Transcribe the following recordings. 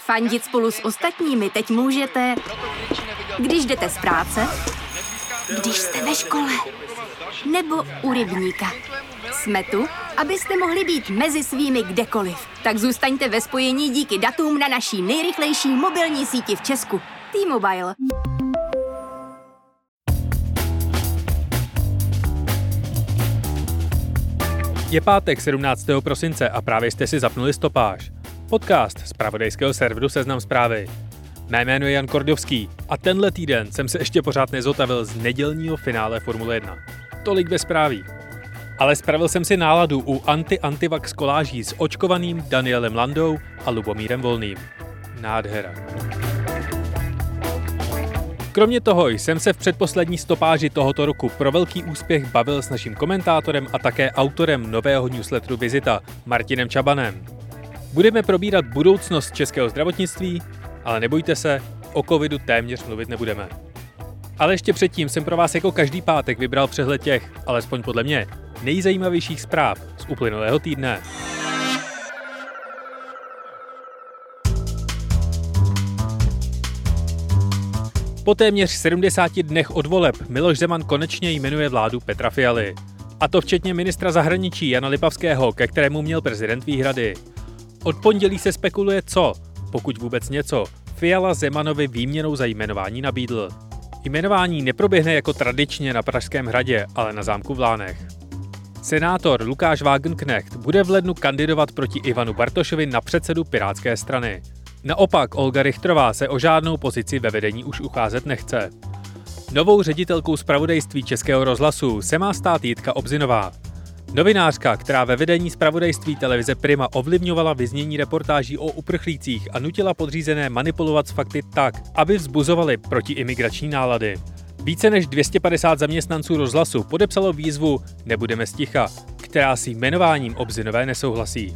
Fandit spolu s ostatními teď můžete, když jdete z práce, když jste ve škole, nebo u rybníka. Jsme tu, abyste mohli být mezi svými kdekoliv. Tak zůstaňte ve spojení díky datům na naší nejrychlejší mobilní síti v Česku. T-Mobile. Je pátek 17. prosince a právě jste si zapnuli Stopáž. Podcast z zpravodajského serveru Seznam Zprávy. Mé jméno je Jan Kordovský a tenhle týden jsem se ještě pořád nezotavil z nedělního finále Formule 1. Tolik ve zprávy. Ale spravil jsem si náladu u anti-antivax koláží s očkovaným Danielem Landou a Lubomírem Volným. Nádhera. Kromě toho jsem se v předposlední stopáži tohoto roku pro velký úspěch bavil s naším komentátorem a také autorem nového newsletteru Vizita, Martinem Čabanem. Budeme probírat budoucnost českého zdravotnictví, ale nebojte se, o covidu téměř mluvit nebudeme. Ale ještě předtím jsem pro vás jako každý pátek vybral přehled těch, alespoň podle mě, nejzajímavějších zpráv z uplynulého týdne. Po téměř 70 dnech od voleb Miloš Zeman konečně jmenuje vládu Petra Fialy. A to včetně ministra zahraničí Jana Lipavského, ke kterému měl prezident výhrady. Od pondělí se spekuluje co, pokud vůbec něco, Fiala Zemanovi výměnou za jmenování nabídl. Jmenování neproběhne jako tradičně na Pražském hradě, ale na zámku v Lánech. Senátor Lukáš Wagenknecht bude v lednu kandidovat proti Ivanu Bartošovi na předsedu Pirátské strany. Naopak Olga Richtrová se o žádnou pozici ve vedení už ucházet nechce. Novou ředitelkou zpravodajství Českého rozhlasu se má stát Jitka Obzinová. Novinářka, která ve vedení zpravodajství televize Prima ovlivňovala vyznění reportáží o uprchlících a nutila podřízené manipulovat s fakty tak, aby vzbuzovali protiimigrační nálady. Více než 250 zaměstnanců rozhlasu podepsalo výzvu Nebudeme sticha, která s jmenováním Obzinové nesouhlasí.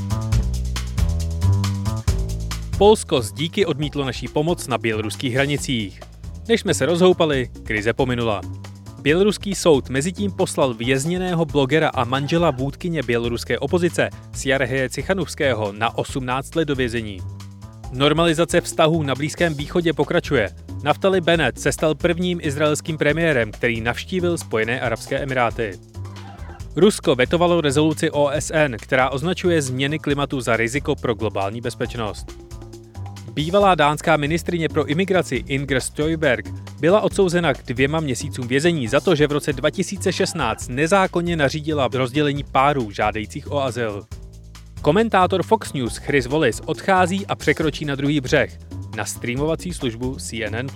Polsko z díky odmítlo naší pomoc na běloruských hranicích. Než jsme se rozhoupali, krize pominula. Běloruský soud mezitím poslal vězněného blogera a manžela vůdkyně běloruské opozice Sjarheje Cichanovského na 18 let do vězení. Normalizace vztahů na Blízkém východě pokračuje. Naftali Bennett se stal prvním izraelským premiérem, který navštívil Spojené arabské emiráty. Rusko vetovalo rezoluci OSN, která označuje změny klimatu za riziko pro globální bezpečnost. Bývalá dánská ministryně pro imigraci Inger Støjberg byla odsouzena k 2 měsícům vězení za to, že v roce 2016 nezákonně nařídila rozdělení párů žádajících o azyl. Komentátor Fox News Chris Wallace odchází a překročí na druhý břeh, na streamovací službu CNN+.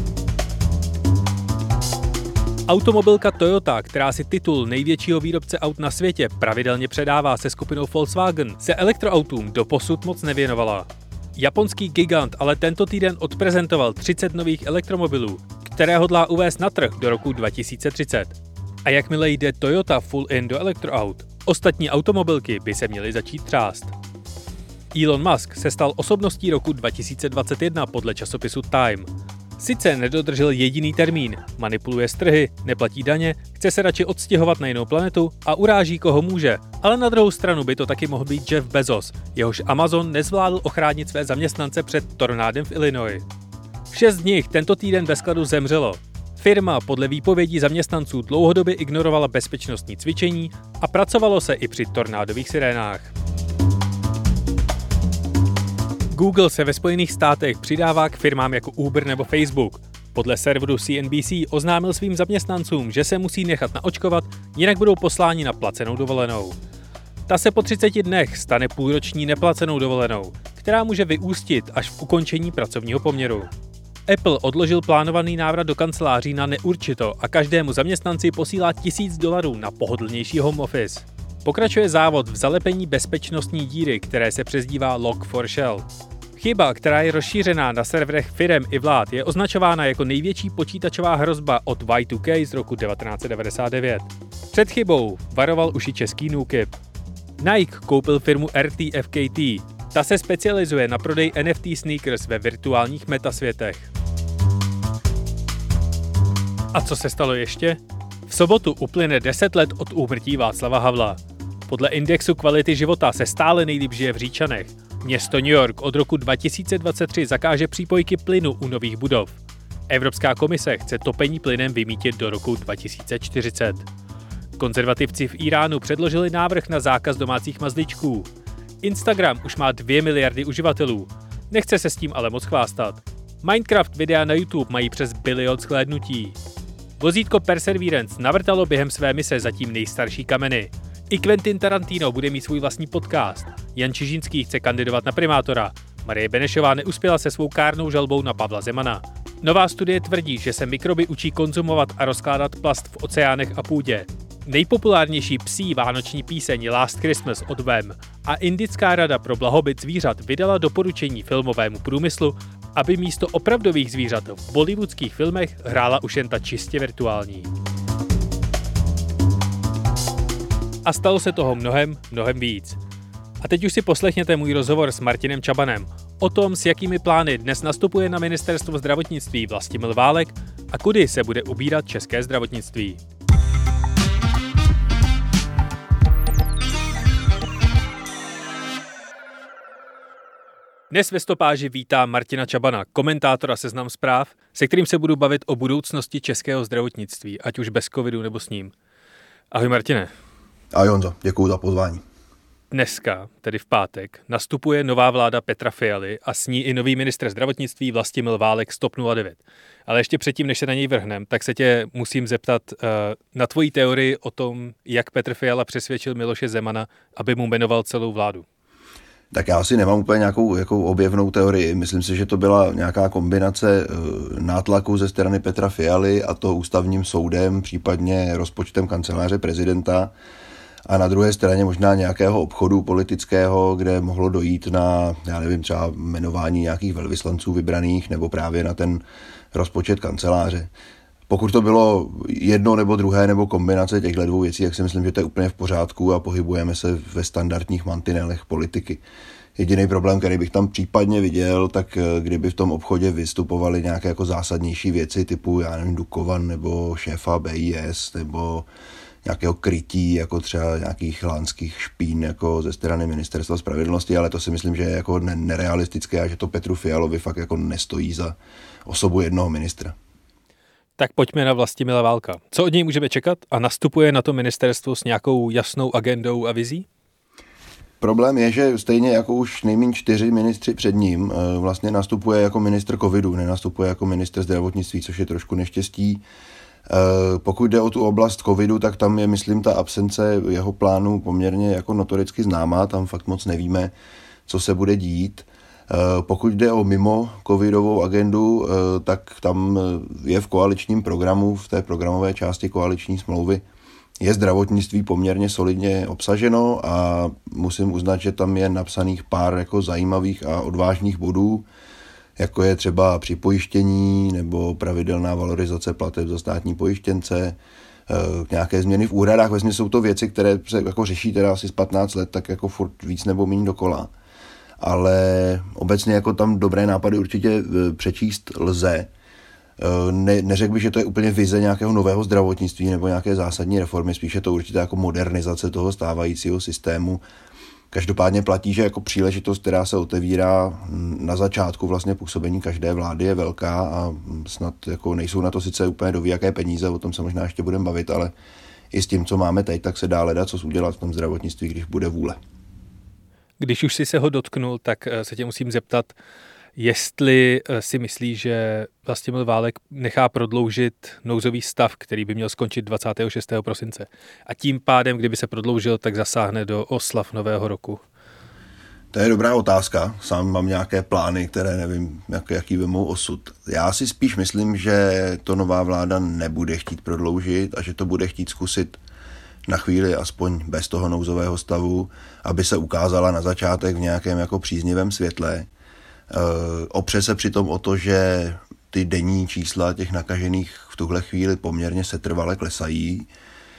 Automobilka Toyota, která si titul největšího výrobce aut na světě pravidelně předává se skupinou Volkswagen, se elektroautům doposud moc nevěnovala. Japonský gigant ale tento týden odprezentoval 30 nových elektromobilů, které hodlá uvést na trh do roku 2030. A jakmile jde Toyota full in do elektroaut, ostatní automobilky by se měly začít třást. Elon Musk se stal osobností roku 2021 podle časopisu Time. Sice nedodržel jediný termín, manipuluje s trhy, neplatí daně, chce se radši odstěhovat na jinou planetu a uráží koho může, ale na druhou stranu by to taky mohl být Jeff Bezos, jehož Amazon nezvládl ochránit své zaměstnance před tornádem v Illinois. 6 z nich tento týden ve skladu zemřelo. Firma podle výpovědí zaměstnanců dlouhodobě ignorovala bezpečnostní cvičení a pracovalo se i při tornádových sirénách. Google se ve Spojených státech přidává k firmám jako Uber nebo Facebook. Podle serveru CNBC oznámil svým zaměstnancům, že se musí nechat naočkovat, jinak budou posláni na placenou dovolenou. Ta se po 30 dnech stane půlroční neplacenou dovolenou, která může vyústit až v ukončení pracovního poměru. Apple odložil plánovaný návrat do kanceláří na neurčito a každému zaměstnanci posílá $1000 na pohodlnější home office. Pokračuje závod v zalepení bezpečnostní díry, které se přezdívá Log4Shell. Chyba, která je rozšířená na serverech firem i vlád, je označována jako největší počítačová hrozba od Y2K z roku 1999. Před chybou varoval už i český NÚKIB. Nike koupil firmu RTFKT. Ta se specializuje na prodej NFT sneakers ve virtuálních metasvětech. A co se stalo ještě? V sobotu uplyne 10 let od úmrtí Václava Havla. Podle indexu kvality života se stále nejlíp žije v Říčanech. Město New York od roku 2023 zakáže přípojky plynu u nových budov. Evropská komise chce topení plynem vymýtit do roku 2040. Konzervativci v Iránu předložili návrh na zákaz domácích mazlíčků. Instagram už má 2 miliardy uživatelů. Nechce se s tím ale moc chvástat. Minecraft videa na YouTube mají přes bilion shlédnutí. Vozítko Perseverance navrtalo během své mise zatím nejstarší kameny. I Quentin Tarantino bude mít svůj vlastní podcast. Jan Čižinský chce kandidovat na primátora. Marie Benešová neuspěla se svou kárnou žalbou na Pavla Zemana. Nová studie tvrdí, že se mikroby učí konzumovat a rozkládat plast v oceánech a půdě. Nejpopulárnější psí vánoční píseň je Last Christmas od Wham a Indická rada pro blahobyt zvířat vydala doporučení filmovému průmyslu, aby místo opravdových zvířat v bollywoodských filmech hrála už jen ta čistě virtuální. A stalo se toho mnohem víc. A teď už si poslechněte můj rozhovor s Martinem Čabanem o tom, s jakými plány dnes nastupuje na ministerstvo zdravotnictví Vlastimil Válek a kudy se bude ubírat české zdravotnictví. Dnes ve stopáži vítám Martina Čabana, komentátora Seznam Zpráv, se kterým se budu bavit o budoucnosti českého zdravotnictví, ať už bez covidu nebo s ním. Ahoj Martine. Ahoj Honzo, děkuju za pozvání. Dneska, tedy v pátek, nastupuje nová vláda Petra Fialy a s ní i nový ministr zdravotnictví Vlastimil Válek z TOP 09. Ale ještě předtím, než se na něj vrhnem, tak se tě musím zeptat na tvoji teorii o tom, jak Petr Fiala přesvědčil Miloše Zemana, aby mu jmenoval celou vládu. Tak já si nemám úplně nějakou objevnou teorii. Myslím si, že to byla nějaká kombinace nátlaku ze strany Petra Fialy a to ústavním soudem, případně rozpočtem kanceláře prezidenta. A na druhé straně možná nějakého obchodu politického, kde mohlo dojít na, já nevím, třeba jmenování nějakých velvyslanců vybraných nebo právě na ten rozpočet kanceláře. Pokud to bylo jedno nebo druhé nebo kombinace těchto dvou věcí, tak si myslím, že to je úplně v pořádku a pohybujeme se ve standardních mantinelech politiky. Jediný problém, který bych tam případně viděl, tak kdyby v tom obchodě vystupovaly nějaké jako zásadnější věci typu, já nevím, Dukovan nebo šéfa BIS nebo nějakého krytí, jako třeba nějakých lánských špín jako ze strany Ministerstva spravedlnosti, ale to si myslím, že je jako nerealistické a že to Petru Fialovi fakt jako nestojí za osobu jednoho ministra. Tak pojďme na Vlastimila Válka. Co od něj můžeme čekat a nastupuje na to ministerstvo s nějakou jasnou agendou a vizí? Problém je, že stejně jako už nejméně 4 ministři před ním vlastně nastupuje jako ministr covidu, nenastupuje jako ministr zdravotnictví, což je trošku neštěstí. Pokud jde o tu oblast covidu, tak tam je, myslím, ta absence jeho plánu poměrně jako notoricky známá, tam fakt moc nevíme, co se bude dít. Pokud jde o mimo covidovou agendu, tak tam je v koaličním programu, v té programové části koaliční smlouvy, je zdravotnictví poměrně solidně obsaženo a musím uznat, že tam je napsaných pár jako zajímavých a odvážných bodů, jako je třeba připojištění nebo pravidelná valorizace plateb za státní pojištěnce, nějaké změny v úhradách. Vlastně jsou to věci, které se jako řeší teda asi z 15 let, tak jako furt víc nebo méně dokola. Ale obecně jako tam dobré nápady určitě přečíst lze. Neřekl bych, že to je úplně vize nějakého nového zdravotnictví nebo nějaké zásadní reformy, spíše to určitě jako modernizace toho stávajícího systému. Každopádně platí, že jako příležitost, která se otevírá na začátku vlastně působení každé vlády, je velká a snad jako nejsou na to sice úplně doví, jaké peníze, o tom se možná ještě budeme bavit, ale i s tím, co máme teď, tak se dá hledat, co udělat v tom zdravotnictví, když bude vůle. Když už si se ho dotknul, tak se tě musím zeptat, jestli si myslíš, že Vlastimil Válek nechá prodloužit nouzový stav, který by měl skončit 26. prosince. A tím pádem, kdyby se prodloužil, tak zasáhne do oslav Nového roku. To je dobrá otázka. Sám mám nějaké plány, které nevím, jaký vemou osud. Já si spíš myslím, že to nová vláda nebude chtít prodloužit a že to bude chtít zkusit na chvíli aspoň bez toho nouzového stavu, aby se ukázala na začátek v nějakém jako příznivém světle. Opře se přitom o to, že ty denní čísla těch nakažených v tuhle chvíli poměrně setrvale klesají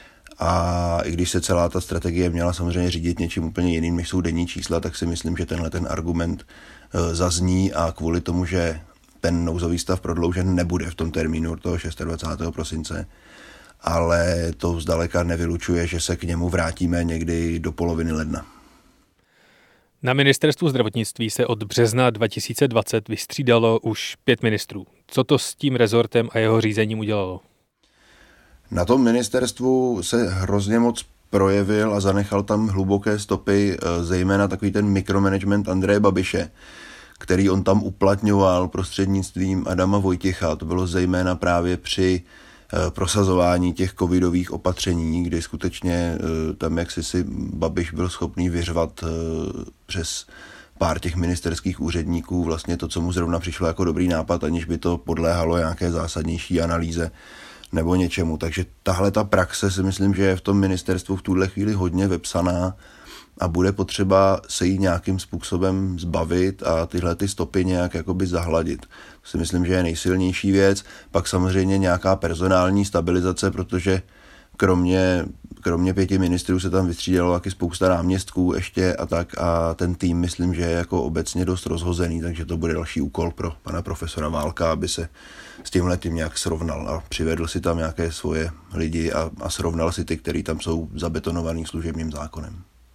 a i když se celá ta strategie měla samozřejmě řídit něčím úplně jiným, než jsou denní čísla, tak si myslím, že tenhle ten argument zazní a kvůli tomu, že ten nouzový stav prodloužen nebude v tom termínu od toho 26. prosince, ale to zdaleka nevylučuje, že se k němu vrátíme někdy do poloviny ledna. Na ministerstvu zdravotnictví se od března 2020 vystřídalo už 5 ministrů. Co to s tím rezortem a jeho řízením udělalo? Na tom ministerstvu se hrozně moc projevil a zanechal tam hluboké stopy, zejména takový ten mikromanagement Andreje Babiše, který on tam uplatňoval prostřednictvím Adama Vojtěcha. To bylo zejména právě při prosazování těch covidových opatření, kdy skutečně tam jak si Babiš byl schopný vyřvat přes pár těch ministerských úředníků vlastně to, co mu zrovna přišlo jako dobrý nápad, aniž by to podléhalo nějaké zásadnější analýze nebo něčemu. Takže tahle ta praxe si myslím, že je v tom ministerstvu v tuhle chvíli hodně vepsaná a bude potřeba se jí nějakým způsobem zbavit a tyhle ty stopy nějak jakoby zahladit. To si myslím, že je nejsilnější věc. Pak samozřejmě nějaká personální stabilizace, protože kromě 5 ministrů se tam vystřídalo taky spousta náměstků ještě a tak a ten tým myslím, že je jako obecně dost rozhozený, takže to bude další úkol pro pana profesora Válka, aby se s tímhletím nějak srovnal a přivedl si tam nějaké svoje lidi a srovnal si ty, který tam jsou zabetonovaný služebním zákonem.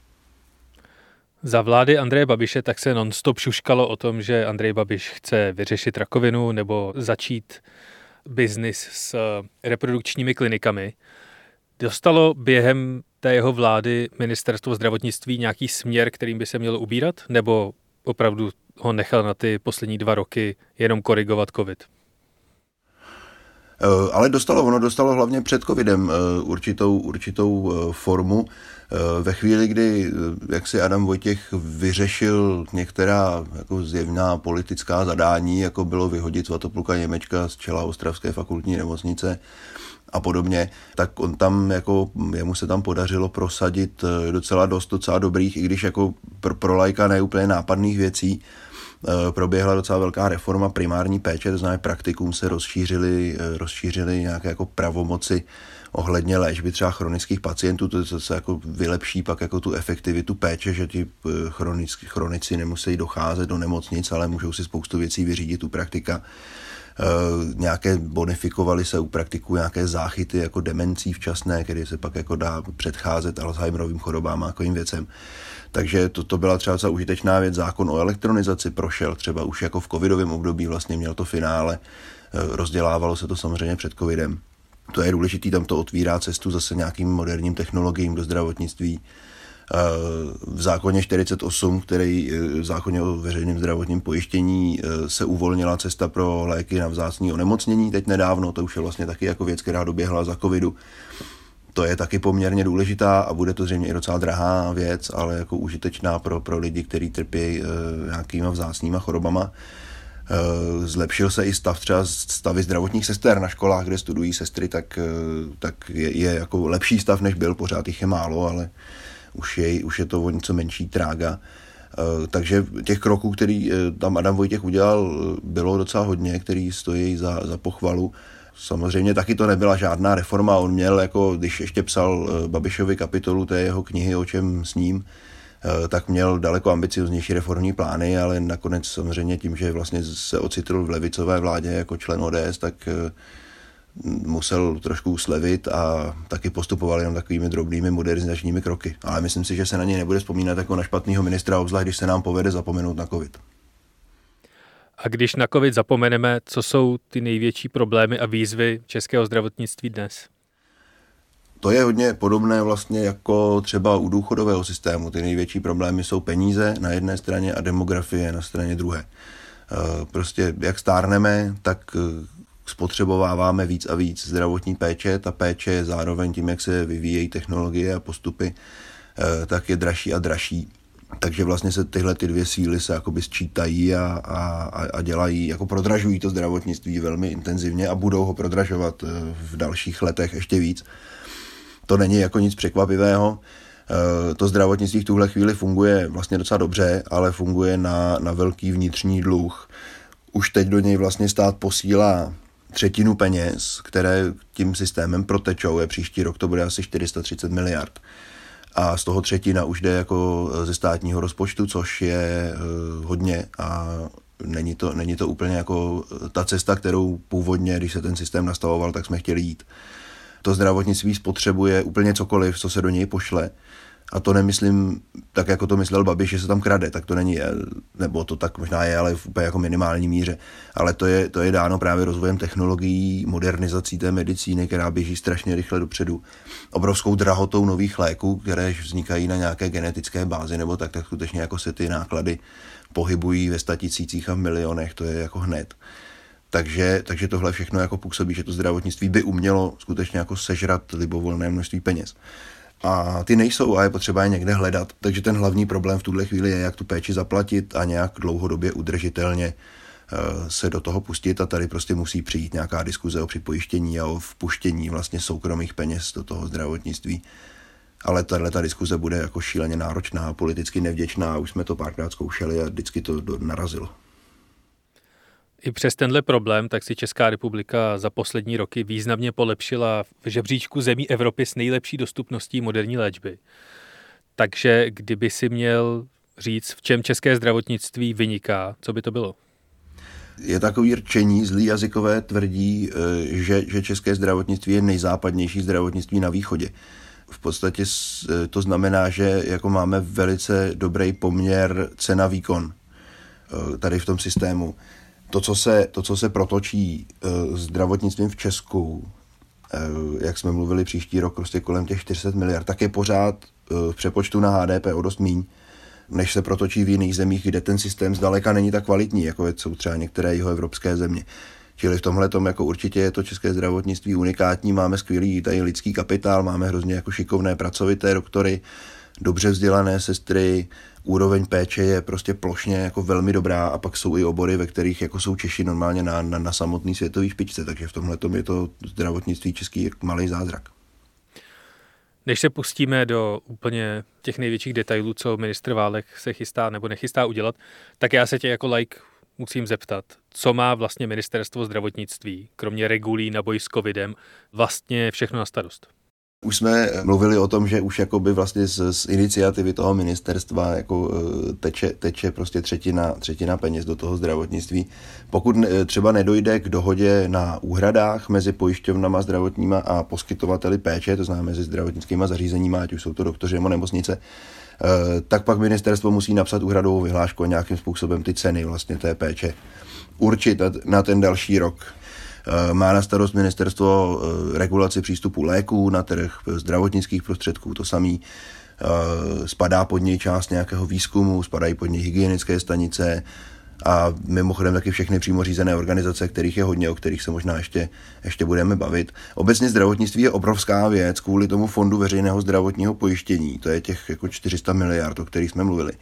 Za vlády Andreje Babiše tak se non-stop šuškalo o tom, že Andrej Babiš chce vyřešit rakovinu nebo začít biznis s reprodukčními klinikami. Dostalo během té jeho vlády ministerstvo zdravotnictví nějaký směr, kterým by se mělo ubírat? Nebo opravdu ho nechal na ty poslední 2 roky jenom korigovat covid? Ale dostalo hlavně před covidem určitou formu. Ve chvíli, kdy jak si Adam Vojtěch vyřešil některá jako zjevná politická zadání, jako bylo vyhodit Svatopluka Němečka z čela Ostravské fakultní nemocnice a podobně, tak on tam jako, jemu se tam podařilo prosadit docela dobrých, i když jako pro laika neúplně nápadných věcí. Proběhla docela velká reforma primární péče, to znamená praktikum se rozšířily nějaké jako pravomoci ohledně léčby třeba chronických pacientů, to se jako vylepší pak jako tu efektivitu péče, že ti chronici nemusí docházet do nemocnic, ale můžou si spoustu věcí vyřídit u praktika. Nějaké bonifikovaly se u praktiků nějaké záchyty jako demencí včasné, které se pak jako dá předcházet Alzheimerovým chorobám a takovým věcem. Takže to byla třeba docela užitečná věc. Zákon o elektronizaci prošel třeba už jako v covidovém období, vlastně měl to finále, rozdělávalo se to samozřejmě před covidem. To je důležitý, tam to otvírá cestu zase nějakým moderním technologiím do zdravotnictví. V zákoně 48, který v zákoně o veřejném zdravotním pojištění se uvolnila cesta pro léky na vzácné onemocnění teď nedávno, to už je vlastně taky jako věc, která doběhla za covidu. To je taky poměrně důležitá a bude to zřejmě i docela drahá věc, ale jako užitečná pro lidi, kteří trpí nějakýma vzácnýma chorobama. Zlepšil se i stavy zdravotních sester na školách, kde studují sestry, tak je jako lepší stav, než byl, pořád jich je málo, ale už je to o něco menší trága. Takže těch kroků, který tam Adam Vojtěch udělal, bylo docela hodně, který stojí za pochvalu. Samozřejmě taky to nebyla žádná reforma, on měl, jako když ještě psal Babišovi kapitolu té jeho knihy O čem s ním, tak měl daleko ambicioznější reformní plány, ale nakonec samozřejmě tím, že vlastně se ocitl v levicové vládě jako člen ODS, tak musel trošku slevit a taky postupoval jenom takovými drobnými modernizačními kroky. Ale myslím si, že se na něj nebude vzpomínat jako na špatného ministra, obzvlášť když se nám povede zapomenout na covid. A když na covid zapomeneme, co jsou ty největší problémy a výzvy českého zdravotnictví dnes? To je hodně podobné vlastně jako třeba u důchodového systému. Ty největší problémy jsou peníze na jedné straně a demografie na straně druhé. Prostě jak stárneme, tak spotřebováváme víc a víc zdravotní péče. Ta péče je zároveň tím, jak se vyvíjejí technologie a postupy, tak je dražší a dražší. Takže vlastně se tyhle ty dvě síly se jakoby sčítají a dělají, jako prodražují to zdravotnictví velmi intenzivně a budou ho prodražovat v dalších letech ještě víc. To není jako nic překvapivého. To zdravotnictví v tuhle chvíli funguje vlastně docela dobře, ale funguje na velký vnitřní dluh. Už teď do něj vlastně stát posílá 1/3 peněz, které tím systémem protečou. Příští rok to bude asi 430 miliard. A z toho 1/3 už jde jako ze státního rozpočtu, což je hodně a není to úplně jako ta cesta, kterou původně, když se ten systém nastavoval, tak jsme chtěli jít. To zdravotnictví spotřebuje úplně cokoliv, co se do něj pošle. A to nemyslím tak, jako to myslel Babiš, že se tam krade, tak to není, nebo to tak možná je, ale v úplně jako minimální míře. Ale to je dáno právě rozvojem technologií, modernizací té medicíny, která běží strašně rychle dopředu. Obrovskou drahotou nových léků, které vznikají na nějaké genetické bázi, nebo tak skutečně jako se ty náklady pohybují ve statisících a v milionech, to je jako hned. Takže tohle všechno jako působí, že to zdravotnictví by umělo skutečně jako sežrat libovolné množství peněz. A ty nejsou a je potřeba je někde hledat. Takže ten hlavní problém v tuhle chvíli je, jak tu péči zaplatit a nějak dlouhodobě udržitelně se do toho pustit a tady prostě musí přijít nějaká diskuze o připojištění a o vpuštění vlastně soukromých peněz do toho zdravotnictví. Ale ta diskuze bude jako šíleně náročná, politicky nevděčná, už jsme to párkrát zkoušeli a vždycky to narazilo. I přes tenhle problém tak si Česká republika za poslední roky významně polepšila v žebříčku zemí Evropy s nejlepší dostupností moderní léčby. Takže kdyby si měl říct, v čem české zdravotnictví vyniká, co by to bylo? Je takový rčení, zlý jazykové tvrdí, že české zdravotnictví je nejzápadnější zdravotnictví na východě. V podstatě to znamená, že jako máme velice dobrý poměr cena-výkon tady v tom systému. To, co se protočí zdravotnictvím v Česku, jak jsme mluvili příští rok, prostě kolem těch 400 miliard, tak je pořád v přepočtu na HDP o dost míň, než se protočí v jiných zemích, kde ten systém zdaleka není tak kvalitní, jako jsou třeba některé jihoevropské země. Čili v tomhletom jako určitě je to české zdravotnictví unikátní, máme skvělý tady lidský kapitál, máme hrozně jako šikovné pracovité doktory, dobře vzdělané sestry, úroveň péče je prostě plošně jako velmi dobrá a pak jsou i obory, ve kterých jako jsou Češi normálně na samotný světový špičce, takže v tomhletom je to zdravotnictví český malý zázrak. Než se pustíme do úplně těch největších detailů, co ministr Válek se chystá nebo nechystá udělat, tak já se tě jako laik musím zeptat, co má vlastně ministerstvo zdravotnictví, kromě regulí na boj s covidem, vlastně všechno na starost? Už jsme mluvili o tom, že už jakoby vlastně z iniciativy toho ministerstva jako teče prostě třetina peněz do toho zdravotnictví. Pokud třeba nedojde k dohodě na úhradách mezi pojišťovnama zdravotníma a poskytovateli péče, to znamená mezi zdravotnickými zařízeními, ať už jsou to doktoři nebo nemocnice, tak pak ministerstvo musí napsat úhradovou vyhlášku a nějakým způsobem ty ceny vlastně té péče určit na ten další rok. Má na starost ministerstvo regulaci přístupu léků na trh, zdravotnických prostředků, to samý. Spadá pod něj část nějakého výzkumu, spadají pod něj hygienické stanice a mimochodem taky všechny přímo řízené organizace, kterých je hodně, o kterých se možná ještě budeme bavit. Obecně zdravotnictví je obrovská věc kvůli tomu fondu veřejného zdravotního pojištění, to je těch jako 400 miliard, o kterých jsme mluvili.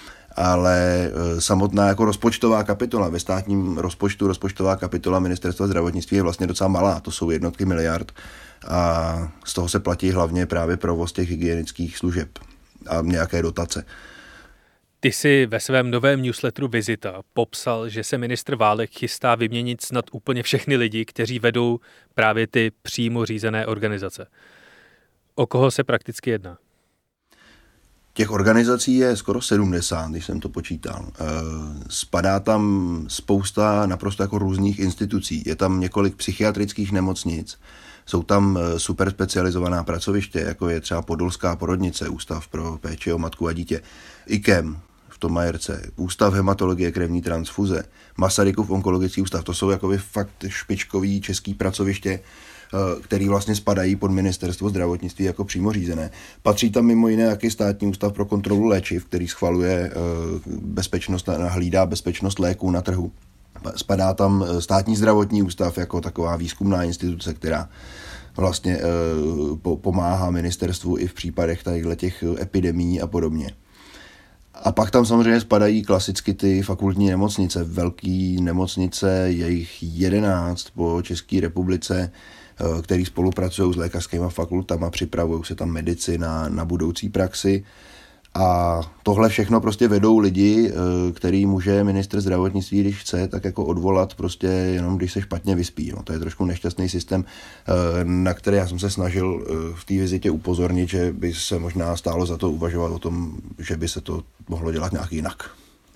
Ale samotná jako rozpočtová kapitola, ve státním rozpočtu rozpočtová kapitola ministerstva zdravotnictví je vlastně docela malá, to jsou jednotky miliard a z toho se platí hlavně právě provoz těch hygienických služeb a nějaké dotace. Ty jsi ve svém novém newsletteru Vizita popsal, že se ministr Válek chystá vyměnit snad úplně všechny lidi, kteří vedou právě ty přímo řízené organizace. O koho se prakticky jedná? Těch organizací je skoro 70, když jsem to počítal. Spadá tam spousta naprosto jako různých institucí. Je tam několik psychiatrických nemocnic, jsou tam super specializovaná pracoviště, jako je třeba Podolská porodnice, Ústav pro péči o matku a dítě, IKEM v tom Majerce, Ústav hematologie krevní transfuze, Masarykův onkologický ústav. To jsou jakoby fakt špičkový český pracoviště, který vlastně spadají pod ministerstvo zdravotnictví jako přímo řízené. Patří tam mimo jiné taky státní ústav pro kontrolu léčiv, který schvaluje bezpečnost, nahlídá bezpečnost léků na trhu. Spadá tam státní zdravotní ústav jako taková výzkumná instituce, která vlastně pomáhá ministerstvu i v případech těch epidemií a podobně. A pak tam samozřejmě spadají klasicky ty fakultní nemocnice, velké nemocnice, je jich 11 po České republice, který spolupracují s lékařskými fakultama, připravují se tam medici na budoucí praxi. A tohle všechno prostě vedou lidi, který může ministr zdravotnictví, když chce, tak jako odvolat prostě jenom, když se špatně vyspí. No, to je trošku nešťastný systém, na který já jsem se snažil v té vizitě upozornit, že by se možná stálo za to uvažovat o tom, že by se to mohlo dělat nějak jinak.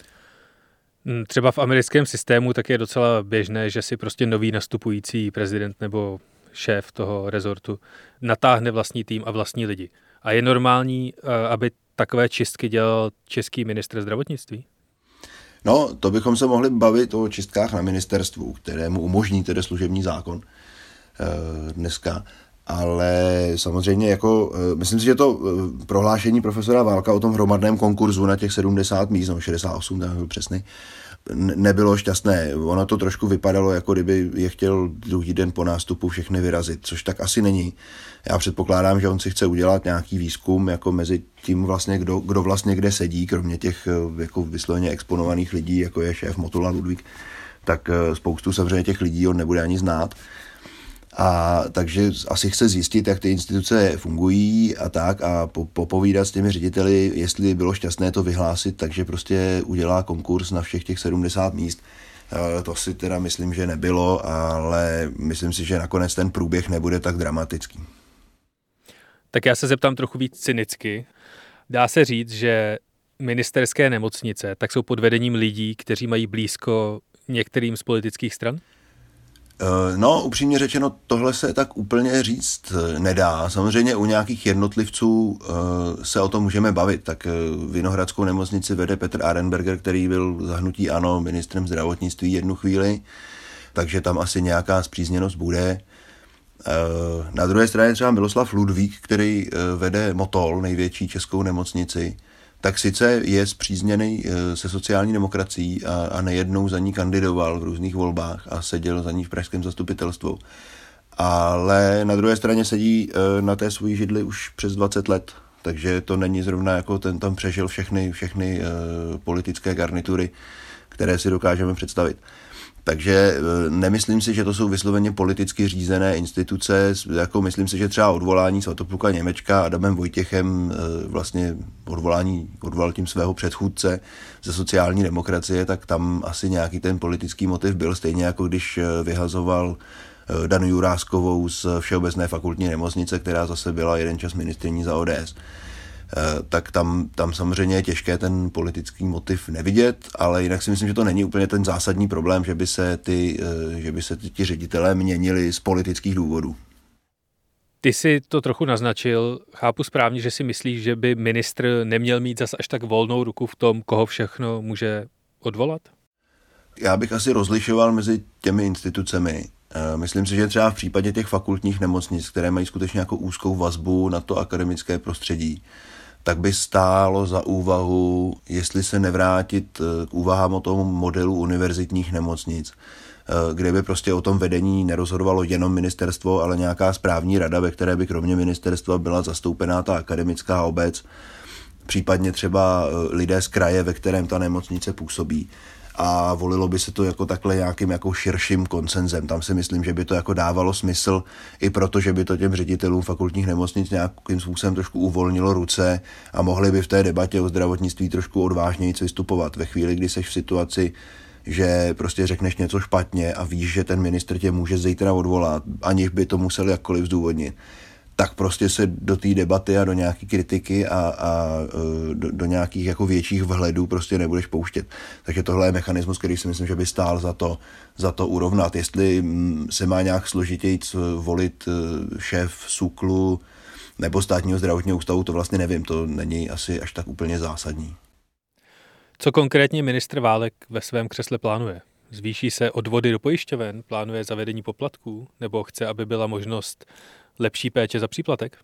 Třeba v americkém systému tak je docela běžné, že si prostě nový nastupující prezident nebo šéf toho rezortu natáhne vlastní tým a vlastní lidi. A je normální, aby takové čistky dělal český ministr zdravotnictví? No, to bychom se mohli bavit o čistkách na ministerstvu, kterému umožní tedy služební zákon dneska. Ale samozřejmě myslím si, že to prohlášení profesora Válka o tom hromadném konkurzu na těch 70 míst, 68, tak byl přesný, nebylo šťastné. Ono to trošku vypadalo, jako kdyby je chtěl druhý den po nástupu všechny vyrazit, což tak asi není. Já předpokládám, že on si chce udělat nějaký výzkum jako mezi tím vlastně, kdo vlastně kde sedí, kromě těch jako vysloveně exponovaných lidí, jako je šéf Motula Ludvík, tak spoustu samozřejmě těch lidí on nebude ani znát. A takže asi chce zjistit, jak ty instituce fungují a tak a popovídat s těmi řediteli, jestli bylo šťastné to vyhlásit, takže prostě udělá konkurs na všech těch 70 míst. To si teda myslím, že nebylo, ale myslím si, že nakonec ten průběh nebude tak dramatický. Tak já se zeptám trochu víc cynicky. Dá se říct, že ministerské nemocnice tak jsou pod vedením lidí, kteří mají blízko některým z politických stran? No, upřímně řečeno, tohle se tak úplně říct nedá. Samozřejmě u nějakých jednotlivců se o tom můžeme bavit. Tak Vinohradskou nemocnici vede Petr Arenberger, který byl za hnutí ANO ministrem zdravotnictví jednu chvíli, takže tam asi nějaká spřízněnost bude. Na druhé straně třeba Miloslav Ludvík, který vede Motol, největší českou nemocnici, tak sice je spřízněný se sociální demokracií a nejednou za ní kandidoval v různých volbách a seděl za ní v pražském zastupitelstvu. Ale na druhé straně sedí na té svojí židli už přes 20 let, takže to není zrovna jako ten tam přežil všechny politické garnitury, které si dokážeme představit. Takže nemyslím si, že to jsou vysloveně politicky řízené instituce, jako myslím si, že třeba odvolání Svatopluka Němečka Adamem Vojtěchem vlastně odvolal tím svého předchůdce ze sociální demokracie, tak tam asi nějaký ten politický motiv byl, stejně jako když vyhazoval Danu Juráskovou z Všeobecné fakultní nemocnice, která zase byla jeden čas ministryní za ODS. Tak tam samozřejmě je těžké ten politický motiv nevidět, ale jinak si myslím, že to není úplně ten zásadní problém, že by se ti ředitelé měnili z politických důvodů. Ty si to trochu naznačil. Chápu správně, že si myslíš, že by ministr neměl mít zas až tak volnou ruku v tom, koho všechno může odvolat? Já bych asi rozlišoval mezi těmi institucemi. Myslím si, že třeba v případě těch fakultních nemocnic, které mají skutečně jako úzkou vazbu na to akademické prostředí, tak by stálo za úvahu, jestli se nevrátit k úvahám o tom modelu univerzitních nemocnic, kde by prostě o tom vedení nerozhodovalo jenom ministerstvo, ale nějaká správní rada, ve které by kromě ministerstva byla zastoupená ta akademická obec, případně třeba lidé z kraje, ve kterém ta nemocnice působí. A volilo by se to jako takhle nějakým jako širším konsenzem. Tam si myslím, že by to jako dávalo smysl, i proto, že by to těm ředitelům fakultních nemocnic nějakým způsobem trošku uvolnilo ruce a mohli by v té debatě o zdravotnictví trošku odvážněji vystupovat. Ve chvíli, kdy seš v situaci, že prostě řekneš něco špatně a víš, že ten ministr tě může zítra odvolat, aniž by to museli jakkoliv zdůvodnit, tak prostě se do té debaty a do nějaké kritiky a do nějakých jako větších vhledů prostě nebudeš pouštět. Takže tohle je mechanismus, který si myslím, že by stál za to urovnat. Jestli se má nějak složitějc volit šéf SÚKLu nebo Státního zdravotního ústavu, to vlastně nevím, to není asi až tak úplně zásadní. Co konkrétně ministr Válek ve svém křesle plánuje? Zvýší se odvody do pojišťoven, plánuje zavedení poplatků, nebo chce, aby byla možnost lepší péče za příplatek?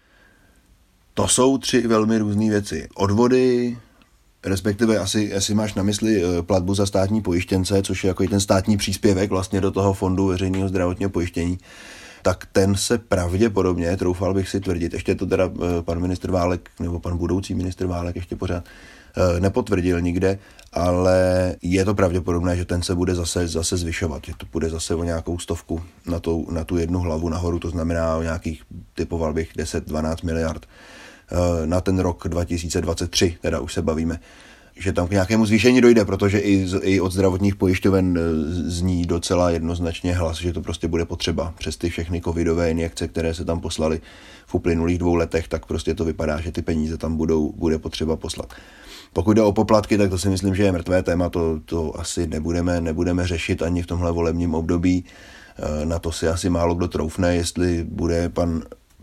To jsou 3 velmi různé věci. Odvody, respektive asi máš na mysli platbu za státní pojištěnce, což je jako i ten státní příspěvek vlastně do toho fondu veřejného zdravotního pojištění, tak ten se pravděpodobně, troufal bych si tvrdit, ještě to teda pan ministr Válek, nebo pan budoucí ministr Válek ještě pořád nepotvrdil nikde, ale je to pravděpodobné, že ten se bude zase zvyšovat, že to bude zase o nějakou 100 na tu jednu hlavu nahoru, to znamená o nějakých, typoval bych, 10-12 miliard na ten rok 2023, teda už se bavíme, že tam k nějakému zvýšení dojde, protože i od zdravotních pojišťoven zní docela jednoznačně hlas, že to prostě bude potřeba. Přes ty všechny covidové injekce, které se tam poslaly v uplynulých 2 letech, tak prostě to vypadá, že ty peníze tam bude potřeba poslat. Pokud jde o poplatky, tak to si myslím, že je mrtvé téma, to asi nebudeme řešit ani v tomhle volebním období. Na to si asi málo kdo troufne, jestli bude pan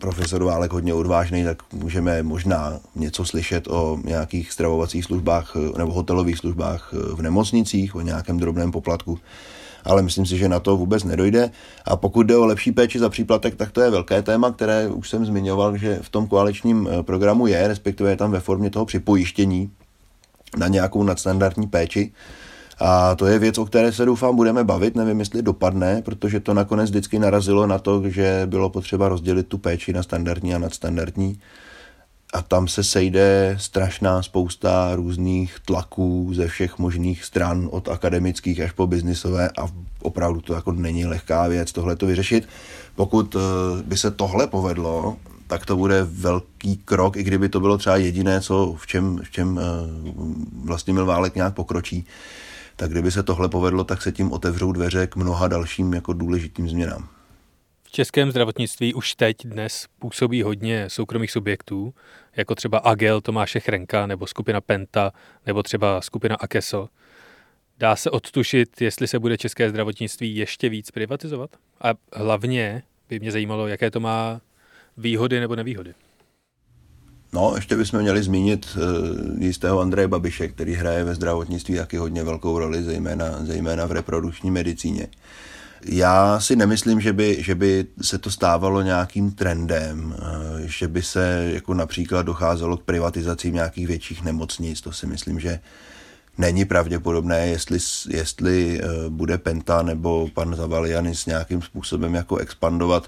profesor Válek hodně odvážný, tak můžeme možná něco slyšet o nějakých stravovacích službách nebo hotelových službách v nemocnicích, o nějakém drobném poplatku. Ale myslím si, že na to vůbec nedojde. A pokud jde o lepší péči za příplatek, tak to je velké téma, které už jsem zmiňoval, že v tom koaličním programu je, respektive je tam ve formě toho připojištění na nějakou nadstandardní péči. A to je věc, o které se doufám budeme bavit, nevím, jestli dopadne, protože to nakonec vždycky narazilo na to, že bylo potřeba rozdělit tu péči na standardní a nadstandardní. A tam se sejde strašná spousta různých tlaků ze všech možných stran, od akademických až po biznisové, a opravdu to jako není lehká věc tohle to vyřešit. Pokud by se tohle povedlo, tak to bude velký krok, i kdyby to bylo třeba jediné, v čem Vlastimil Válek nějak pokročí. Tak kdyby se tohle povedlo, tak se tím otevřou dveře k mnoha dalším jako důležitým změnám. V českém zdravotnictví už teď dnes působí hodně soukromých subjektů, jako třeba Agel Tomáše Chrenka, nebo skupina Penta, nebo třeba skupina Akeso. Dá se odtušit, jestli se bude české zdravotnictví ještě víc privatizovat? A hlavně by mě zajímalo, jaké to má výhody nebo nevýhody. No, ještě bychom měli zmínit jistého Andreje Babiše, který hraje ve zdravotnictví taky hodně velkou roli, zejména v reprodukční medicíně. Já si nemyslím, že by se to stávalo nějakým trendem, že by se jako například docházelo k privatizacím nějakých větších nemocnic. To si myslím, že není pravděpodobné, jestli bude Penta nebo pan Zavalianis nějakým způsobem jako expandovat.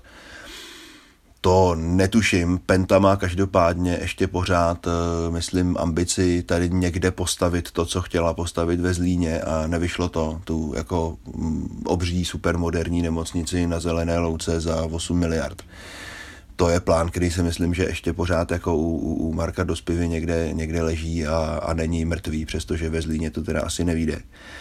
To netuším. Penta má každopádně ještě pořád, myslím, ambici tady někde postavit to, co chtěla postavit ve Zlíně, a nevyšlo to. Tu jako obří supermoderní nemocnici na Zelené louce za 8 miliard. To je plán, který si myslím, že ještě pořád jako u Marka Dospivy někde leží a není mrtvý, přestože ve Zlíně to teda asi nevyjde.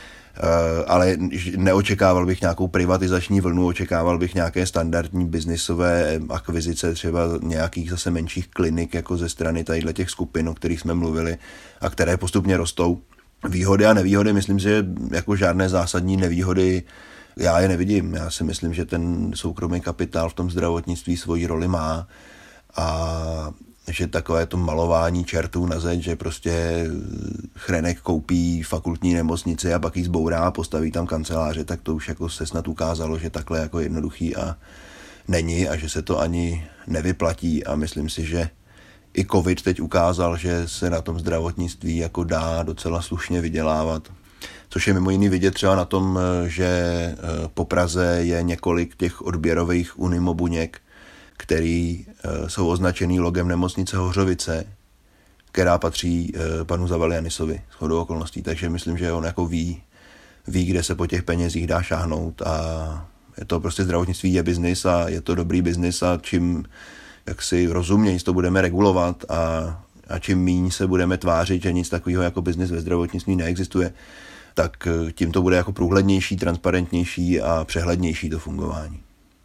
Ale neočekával bych nějakou privatizační vlnu, očekával bych nějaké standardní biznisové akvizice, třeba nějakých zase menších klinik jako ze strany tadyhle těch skupin, o kterých jsme mluvili a které postupně rostou. Výhody a nevýhody, myslím si, že jako žádné zásadní nevýhody já je nevidím. Já si myslím, že ten soukromý kapitál v tom zdravotnictví svoji roli má a že takové to malování čertů na zeď, že prostě Chrenek koupí fakultní nemocnici a pak ji zbourá a postaví tam kanceláře, tak to už jako se snad ukázalo, že takhle jako jednoduchý a není a že se to ani nevyplatí, a myslím si, že i covid teď ukázal, že se na tom zdravotnictví jako dá docela slušně vydělávat. Což je mimo jiný vidět třeba na tom, že po Praze je několik těch odběrových Unimobuněk, který jsou označený logem nemocnice Hořovice, která patří panu Zavalianisovi shodou okolností. Takže myslím, že on jako ví, kde se po těch penězích dá šáhnout, a je to prostě zdravotnictví je biznis a je to dobrý biznis, a čím jaksi rozumněji to budeme regulovat a čím míň se budeme tvářit, že nic takového jako biznis ve zdravotnictví neexistuje, tak tím to bude jako průhlednější, transparentnější a přehlednější to fungování.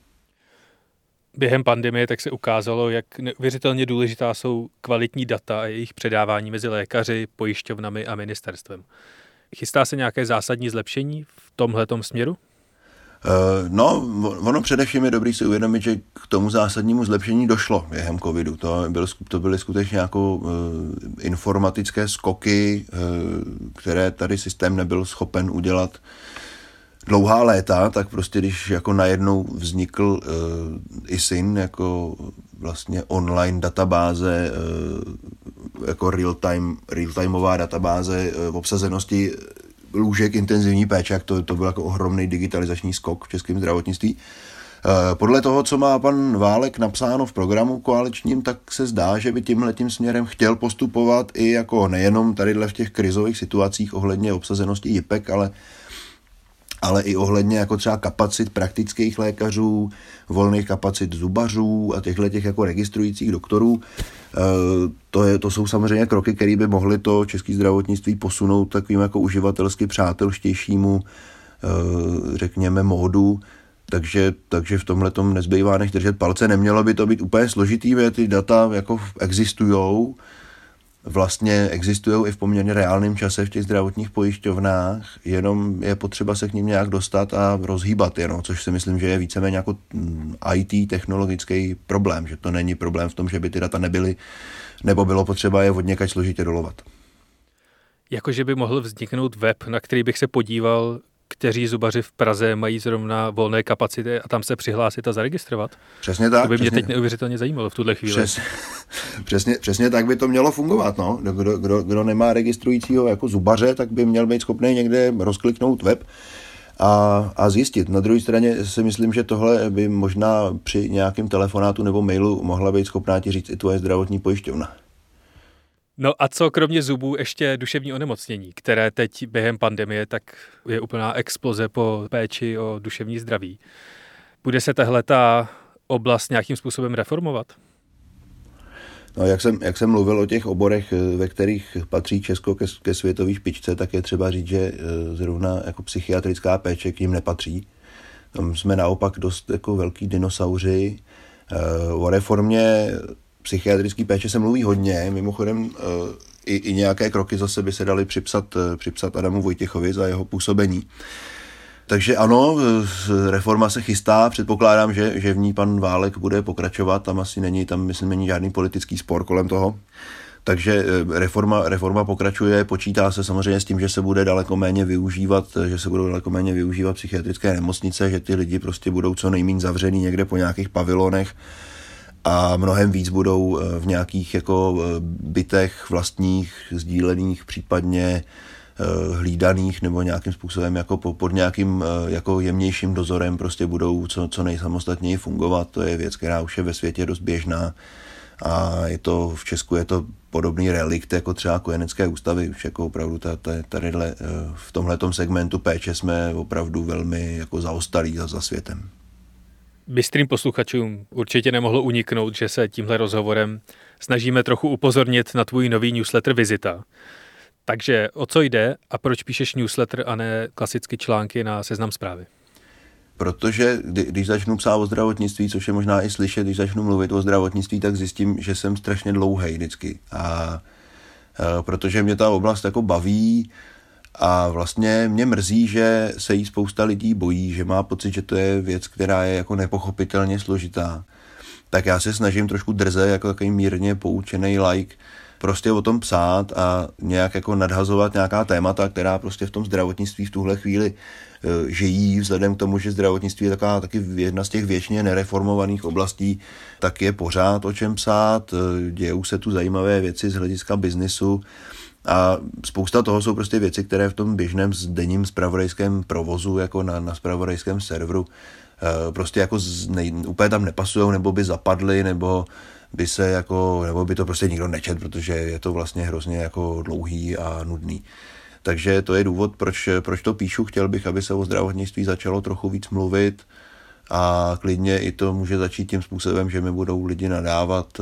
Během pandemie tak se ukázalo, jak neuvěřitelně důležitá jsou kvalitní data a jejich předávání mezi lékaři, pojišťovnami a ministerstvem. Chystá se nějaké zásadní zlepšení v tomhletom směru? No, ono především je dobrý si uvědomit, že k tomu zásadnímu zlepšení došlo během covidu. To byly skutečně jako informatické skoky, které tady systém nebyl schopen udělat dlouhá léta, tak prostě když jako najednou vznikl ISIN jako vlastně online databáze, jako real-timeová databáze v obsazenosti lůžek intenzivní péče, jak to byl jako ohromný digitalizační skok v českém zdravotnictví. Podle toho, co má pan Válek napsáno v programu koaličním, tak se zdá, že by tímhletím směrem chtěl postupovat i jako nejenom tadyhle v těch krizových situacích ohledně obsazenosti JIPek, ale i ohledně jako třeba kapacit praktických lékařů, volných kapacit zubařů a těchto jako registrujících doktorů. To jsou samozřejmě kroky, které by mohly to české zdravotnictví posunout takovým jako uživatelsky přátelštějšímu, řekněme, módu. Takže v tomhletom nezbývá než držet palce. Nemělo by to být úplně složitý, protože ty data jako existujou vlastně existují i v poměrně reálném čase v těch zdravotních pojišťovnách, jenom je potřeba se k ním nějak dostat a rozhýbat je, což si myslím, že je víceméně jako IT technologický problém, že to není problém v tom, že by ty data nebyly, nebo bylo potřeba je odněkač složitě dolovat. Jakože by mohl vzniknout web, na který bych se podíval, kteří zubaři v Praze mají zrovna volné kapacity a tam se přihlásit a zaregistrovat? Přesně tak. To by mě teď neuvěřitelně zajímalo v tuhle chvíli. Přesně tak by to mělo fungovat. No. Kdo nemá registrujícího jako zubaře, tak by měl být schopný někde rozkliknout web a zjistit. Na druhé straně si myslím, že tohle by možná při nějakém telefonátu nebo mailu mohla být schopná ti říct i tvoje zdravotní pojišťovna. No a co kromě zubů ještě duševní onemocnění, které teď během pandemie tak je úplná exploze po péči o duševní zdraví. Bude se tahleta oblast nějakým způsobem reformovat? No, jak jsem mluvil o těch oborech, ve kterých patří Česko ke světové špičce, tak je třeba říct, že zrovna jako psychiatrická péče k ním nepatří. Tam jsme naopak dost jako velký dinosauři. O reformě psychiatrické péče se mluví hodně, mimochodem i nějaké kroky zase by se daly připsat Adamu Vojtěchovi za jeho působení. Takže ano, reforma se chystá, předpokládám, že v ní pan Válek bude pokračovat, tam asi není žádný politický spor kolem toho. Takže reforma pokračuje, počítá se samozřejmě s tím, že se budou daleko méně využívat psychiatrické nemocnice, že ty lidi prostě budou co nejméně zavřený někde po nějakých pavilonech a mnohem víc budou v nějakých jako bytech vlastních, sdílených, případně hlídaných nebo nějakým způsobem jako pod nějakým jako jemnějším dozorem prostě budou co nejsamostatněji fungovat. To je věc, která už je ve světě dost běžná a v Česku je to podobný relikt jako třeba kojenecké ústavy. Už jako opravdu tadyhle v tomhletom segmentu péče jsme opravdu velmi jako zaostalí za světem. Bystrým posluchačům určitě nemohlo uniknout, že se tímhle rozhovorem snažíme trochu upozornit na tvůj nový newsletter Vizita. Takže o co jde a proč píšeš newsletter a ne klasicky články na Seznam Zprávy? Protože když začnu psát o zdravotnictví, což je možná i slyšet, když začnu mluvit o zdravotnictví, tak zjistím, že jsem strašně dlouhej vždycky. A protože mě ta oblast jako baví a vlastně mě mrzí, že se jí spousta lidí bojí, že má pocit, že to je věc, která je jako nepochopitelně složitá. Tak já se snažím trošku drze, jako takový mírně poučený laik, prostě o tom psát a nějak jako nadhazovat nějaká témata, která prostě v tom zdravotnictví v tuhle chvíli žijí, vzhledem k tomu, že zdravotnictví je taky jedna z těch věčně nereformovaných oblastí, tak je pořád o čem psát, dějou se tu zajímavé věci z hlediska biznisu a spousta toho jsou prostě věci, které v tom běžném denním zpravodajském provozu, jako na zpravodajském serveru, prostě jako úplně tam nepasujou, nebo by zapadly, nebo by to prostě nikdo nečet, protože je to vlastně hrozně jako dlouhý a nudný. Takže to je důvod, proč to píšu. Chtěl bych, aby se o zdravotnictví začalo trochu víc mluvit a klidně i to může začít tím způsobem, že mi budou lidi nadávat,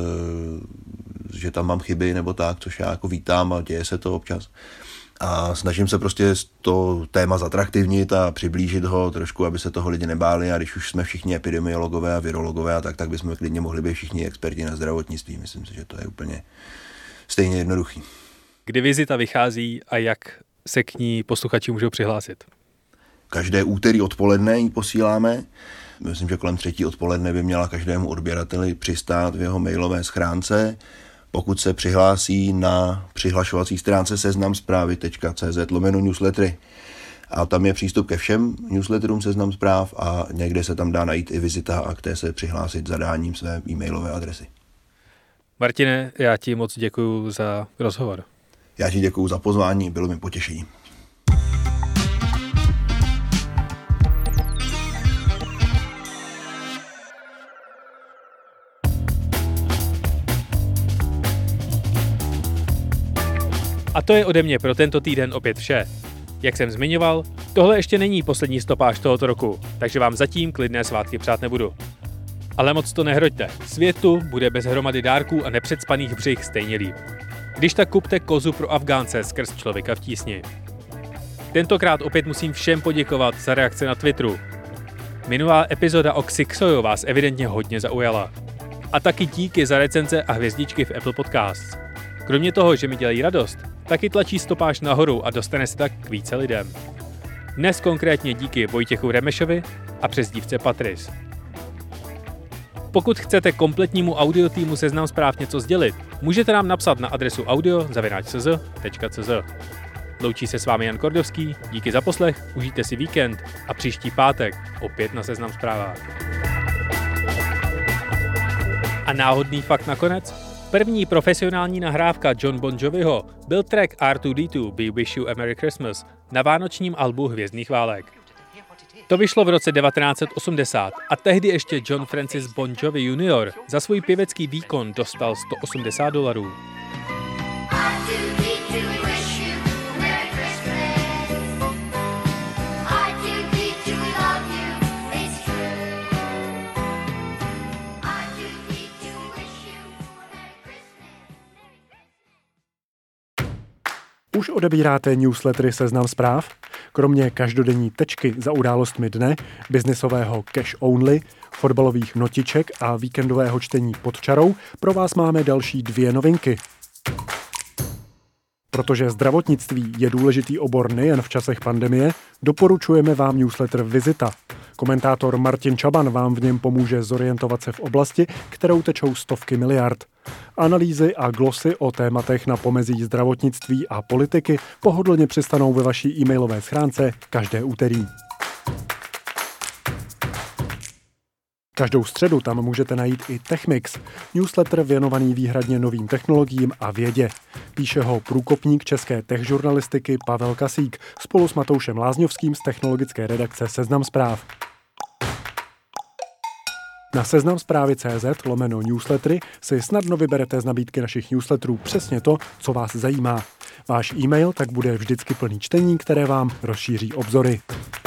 že tam mám chyby nebo tak, což já jako vítám a děje se to občas. A snažím se prostě to téma zatraktivnit a přiblížit ho trošku, aby se toho lidi nebáli a když už jsme všichni epidemiologové a virologové a tak bychom klidně mohli být všichni experti na zdravotnictví. Myslím si, že to je úplně stejně jednoduchý. Kdy Vizita vychází a jak se k ní posluchači můžou přihlásit? Každé úterý odpoledne ji posíláme. Myslím, že kolem 3 odpoledne by měla každému odběrateli přistát v jeho mailové schránce. Pokud se přihlásí na přihlašovací stránce seznamzpravy.cz/newslettery. A tam je přístup ke všem newsletterům Seznam Zpráv a někde se tam dá najít i Vizita a k té se přihlásit zadáním své e-mailové adresy. Martine, já ti moc děkuju za rozhovor. Já ti děkuju za pozvání, bylo mi potěšení. A to je ode mě pro tento týden opět vše. Jak jsem zmiňoval, tohle ještě není poslední stopáž tohoto roku, takže vám zatím klidné svátky přát nebudu. Ale moc to nehroďte, světu bude bez hromady dárků a nepředspaných břih stejně líp. Když tak kupte kozu pro Afgánce skrz Člověka v tísni. Tentokrát opět musím všem poděkovat za reakce na Twitteru. Minulá epizoda o Xixoju vás evidentně hodně zaujala. A taky díky za recenze a hvězdičky v Apple Podcasts. Kromě toho, že mi dělají radost, taky tlačí stopáž nahoru a dostane se tak k více lidem. Dnes konkrétně díky Vojtěchu Remešovi a přezdívce Patris. Pokud chcete kompletnímu audiotýmu Seznam Zpráv něco sdělit, můžete nám napsat na adresu audio@cz.cz. Loučí se s vámi Jan Kordovský, díky za poslech, užijte si víkend a příští pátek opět na Seznam Zprávách. A náhodný fakt nakonec? První profesionální nahrávka Jon Bon Joviho byl track R2D2 We Wish You a Merry Christmas na vánočním albu Hvězdných válek. To vyšlo v roce 1980 a tehdy ještě John Francis Bon Jovi Jr. za svůj pěvecký výkon dostal $180. Už odebíráte newslettery Seznam Zpráv? Kromě každodenní tečky za událostmi dne, biznisového cash only, fotbalových notiček a víkendového čtení pod čarou pro vás máme další 2 novinky. Protože zdravotnictví je důležitý obor nejen v časech pandemie, doporučujeme vám newsletter Vizita. Komentátor Martin Čaban vám v něm pomůže zorientovat se v oblasti, kterou tečou stovky miliard. Analýzy a glosy o tématech na pomezí zdravotnictví a politiky pohodlně přistanou ve vaší e-mailové schránce každé úterý. Každou středu tam můžete najít i TechMix, newsletter věnovaný výhradně novým technologiím a vědě. Píše ho průkopník české techžurnalistiky Pavel Kasík spolu s Matoušem Lázňovským z technologické redakce Seznam Zpráv. Na seznamzprávy.cz/newslettery si snadno vyberete z nabídky našich newsletterů přesně to, co vás zajímá. Váš e-mail tak bude vždycky plný čtení, které vám rozšíří obzory.